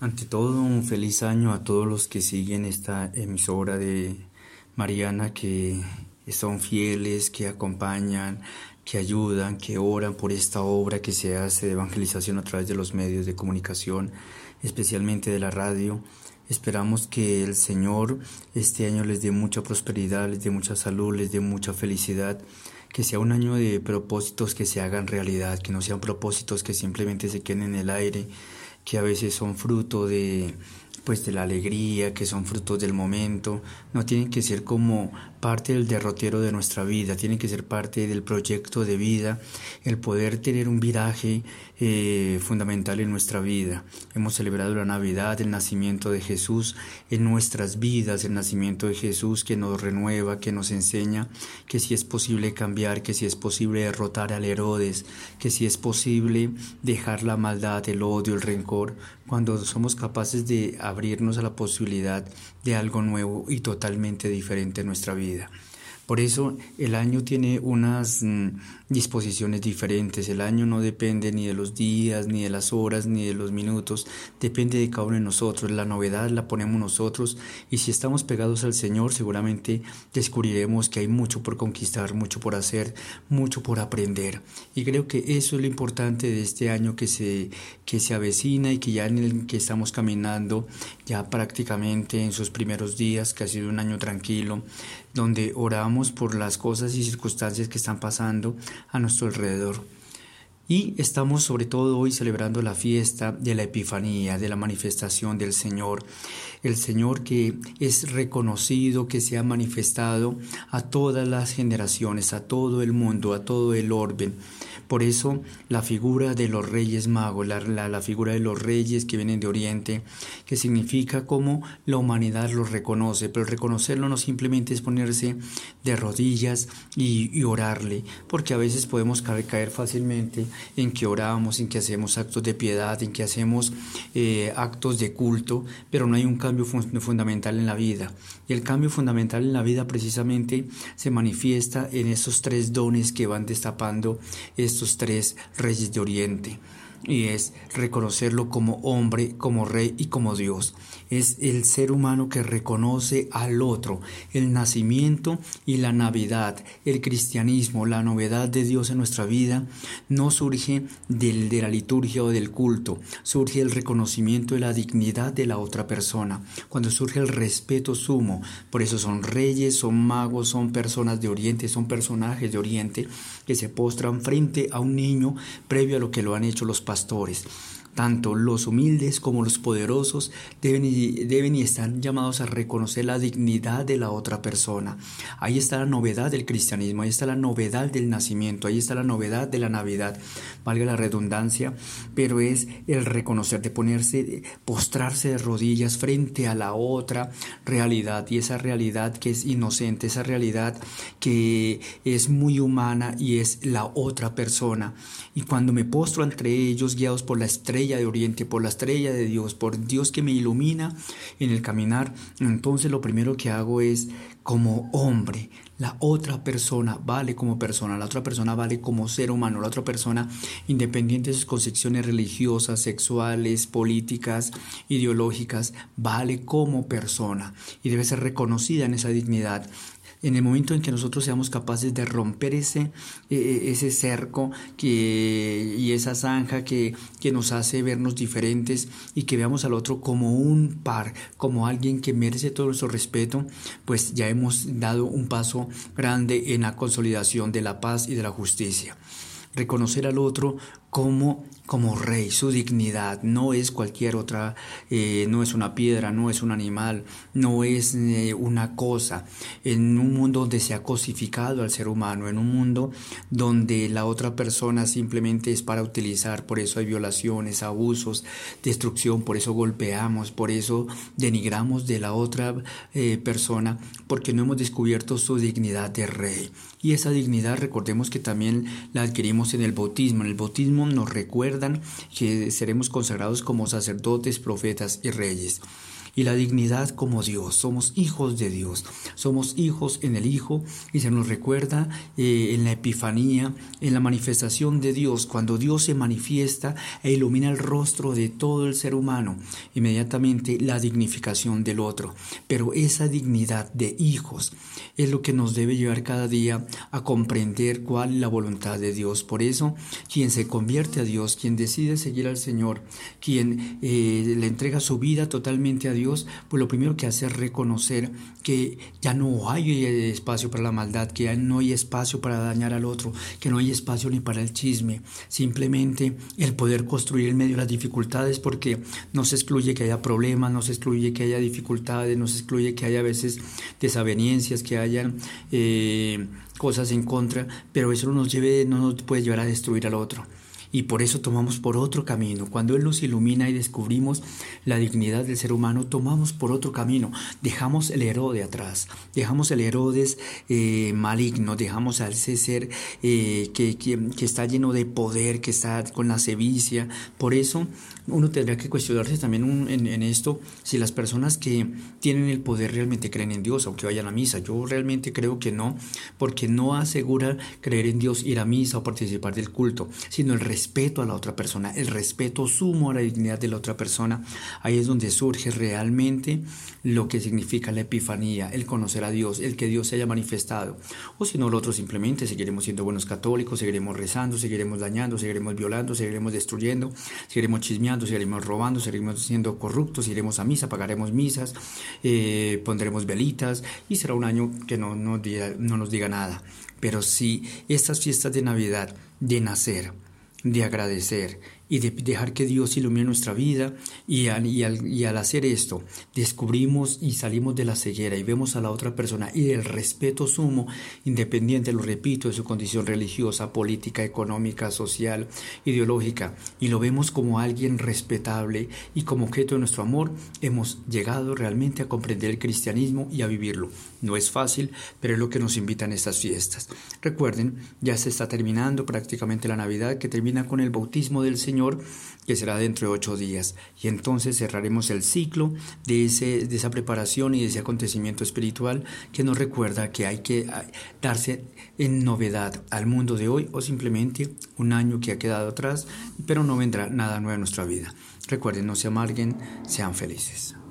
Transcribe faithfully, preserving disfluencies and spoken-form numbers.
Ante todo, un feliz año a todos los que siguen esta emisora de Mariana, que son fieles, que acompañan, que ayudan, que oran por esta obra que se hace de evangelización a través de los medios de comunicación, especialmente de la radio. Esperamos que el Señor este año les dé mucha prosperidad, les dé mucha salud, les dé mucha felicidad, que sea un año de propósitos que se hagan realidad, que no sean propósitos que simplemente se queden en el aire, que a veces son fruto de pues de la alegría, que son frutos del momento. No tienen que ser como parte del derrotero de nuestra vida, tienen que ser parte del proyecto de vida, el poder tener un viraje eh, fundamental en nuestra vida. Hemos celebrado la Navidad, el nacimiento de Jesús en nuestras vidas, el nacimiento de Jesús que nos renueva, que nos enseña que si es posible cambiar, que si es posible derrotar al Herodes, que si es posible dejar la maldad, el odio, el rencor, cuando somos capaces de abrirnos a la posibilidad de algo nuevo y totalmente diferente en nuestra vida. Por eso el año tiene unas mm, disposiciones diferentes. El año no depende ni de los días, ni de las horas, ni de los minutos. Depende de cada uno de nosotros. La novedad la ponemos nosotros. Y si estamos pegados al Señor, seguramente descubriremos que hay mucho por conquistar, mucho por hacer, mucho por aprender. Y creo que eso es lo importante de este año que se, que se avecina y que ya en el que estamos caminando, ya prácticamente en sus primeros días, que ha sido un año tranquilo, donde oramos por las cosas y circunstancias que están pasando a nuestro alrededor. Y estamos sobre todo hoy celebrando la fiesta de la Epifanía, de la manifestación del Señor. El Señor que es reconocido, que se ha manifestado a todas las generaciones, a todo el mundo, a todo el orbe. Por eso la figura de los Reyes Magos, la, la, la figura de los reyes que vienen de Oriente, que significa cómo la humanidad los reconoce, pero reconocerlo no simplemente es ponerse de rodillas y, y orarle, porque a veces podemos caer, caer fácilmente en que oramos, en que hacemos actos de piedad, en que hacemos eh, actos de culto, pero no hay un cambio fun- fundamental en la vida. Y el cambio fundamental en la vida precisamente se manifiesta en esos tres dones que van destapando estos tres reyes de Oriente, y es reconocerlo como hombre, como rey y como Dios. Es el ser humano que reconoce al otro. El nacimiento y la Navidad, el cristianismo, la novedad de Dios en nuestra vida no surge del, de la liturgia o del culto, surge el reconocimiento de la dignidad de la otra persona, cuando surge el respeto sumo. Por eso son reyes, son magos, son personas de Oriente, son personajes de Oriente que se postran frente a un niño previo a lo que lo han hecho los pastores. Tanto los humildes como los poderosos deben y, deben y están llamados a reconocer la dignidad de la otra persona. Ahí está la novedad del cristianismo, ahí está la novedad del nacimiento, ahí está la novedad de la Navidad, valga la redundancia, pero es el reconocer, de ponerse, postrarse de rodillas frente a la otra realidad, y esa realidad que es inocente, esa realidad que es muy humana y es la otra persona. Y cuando me postro entre ellos, guiados por la estrella de Oriente, por la estrella de Dios, por Dios que me ilumina en el caminar, entonces lo primero que hago es, como hombre, la otra persona vale como persona, la otra persona vale como ser humano, la otra persona, independiente de sus concepciones religiosas, sexuales, políticas, ideológicas, vale como persona y debe ser reconocida en esa dignidad. En el momento en que nosotros seamos capaces de romper ese, eh, ese cerco que, y esa zanja que, que nos hace vernos diferentes, y que veamos al otro como un par, como alguien que merece todo nuestro respeto, pues ya hemos dado un paso grande en la consolidación de la paz y de la justicia. Reconocer al otro como, como rey, su dignidad, no es cualquier otra, eh, no es una piedra, no es un animal, no es eh, una cosa. En un mundo donde se ha cosificado al ser humano, en un mundo donde la otra persona simplemente es para utilizar, por eso hay violaciones, abusos, destrucción, por eso golpeamos, por eso denigramos de la otra eh, persona, porque no hemos descubierto su dignidad de rey. Y esa dignidad, recordemos que también la adquirimos en el bautismo. En el bautismo nos recuerdan que seremos consagrados como sacerdotes, profetas y reyes. y la dignidad como Dios. Somos hijos de Dios, somos hijos en el Hijo, y se nos recuerda eh, en la Epifanía, en la manifestación de Dios, cuando Dios se manifiesta e ilumina el rostro de todo el ser humano, inmediatamente la dignificación del otro. Pero esa dignidad de hijos es lo que nos debe llevar cada día a comprender cuál es la voluntad de Dios. Por eso, quien se convierte a Dios, quien decide seguir al Señor, quien eh, le entrega su vida totalmente a Dios, pues lo primero que hace es reconocer que ya no hay espacio para la maldad, que ya no hay espacio para dañar al otro, que no hay espacio ni para el chisme. Simplemente el poder construir en medio de las dificultades, porque no se excluye que haya problemas, no se excluye que haya dificultades, no se excluye que haya a veces desavenencias, que hayan eh, cosas en contra, pero eso no nos lleve, no nos puede llevar a destruir al otro. Y por eso tomamos por otro camino. Cuando Él nos ilumina y descubrimos la dignidad del ser humano, tomamos por otro camino. Dejamos el Herodes atrás, dejamos el Herodes eh, maligno, dejamos a ese ser eh, que, que, que está lleno de poder, que está con la sevicia. Por eso uno tendrá que cuestionarse también un, en, en esto, si las personas que tienen el poder realmente creen en Dios, aunque vayan a misa. Yo realmente creo que no, porque no asegura creer en Dios, ir a misa o participar del culto, sino el respeto a la otra persona, el respeto sumo a la dignidad de la otra persona. Ahí es donde surge realmente lo que significa la epifanía, el conocer a Dios, el que Dios se haya manifestado. O si no, nosotros simplemente seguiremos siendo buenos católicos, seguiremos rezando, seguiremos dañando, seguiremos violando, seguiremos destruyendo, seguiremos chismeando, seguiremos robando, seguiremos siendo corruptos, iremos a misa, pagaremos misas, eh, pondremos velitas, y será un año que no, no, diga, no nos diga nada. Pero si estas fiestas de Navidad, de nacer, de agradecer y de dejar que Dios ilumine nuestra vida, y al, y, al, y al hacer esto descubrimos y salimos de la ceguera y vemos a la otra persona y el respeto sumo, independiente, lo repito, de su condición religiosa, política, económica, social, ideológica, y lo vemos como alguien respetable y como objeto de nuestro amor, hemos llegado realmente a comprender el cristianismo y a vivirlo. No es fácil, pero es lo que nos invitan estas fiestas. Recuerden, ya se está terminando prácticamente la Navidad, que termina con el bautismo del Señor, que será dentro de ocho días, y entonces cerraremos el ciclo de, ese, de esa preparación y de ese acontecimiento espiritual que nos recuerda que hay que darse en novedad al mundo de hoy, o simplemente un año que ha quedado atrás, pero no vendrá nada nuevo en nuestra vida. Recuerden, no se amarguen, sean felices.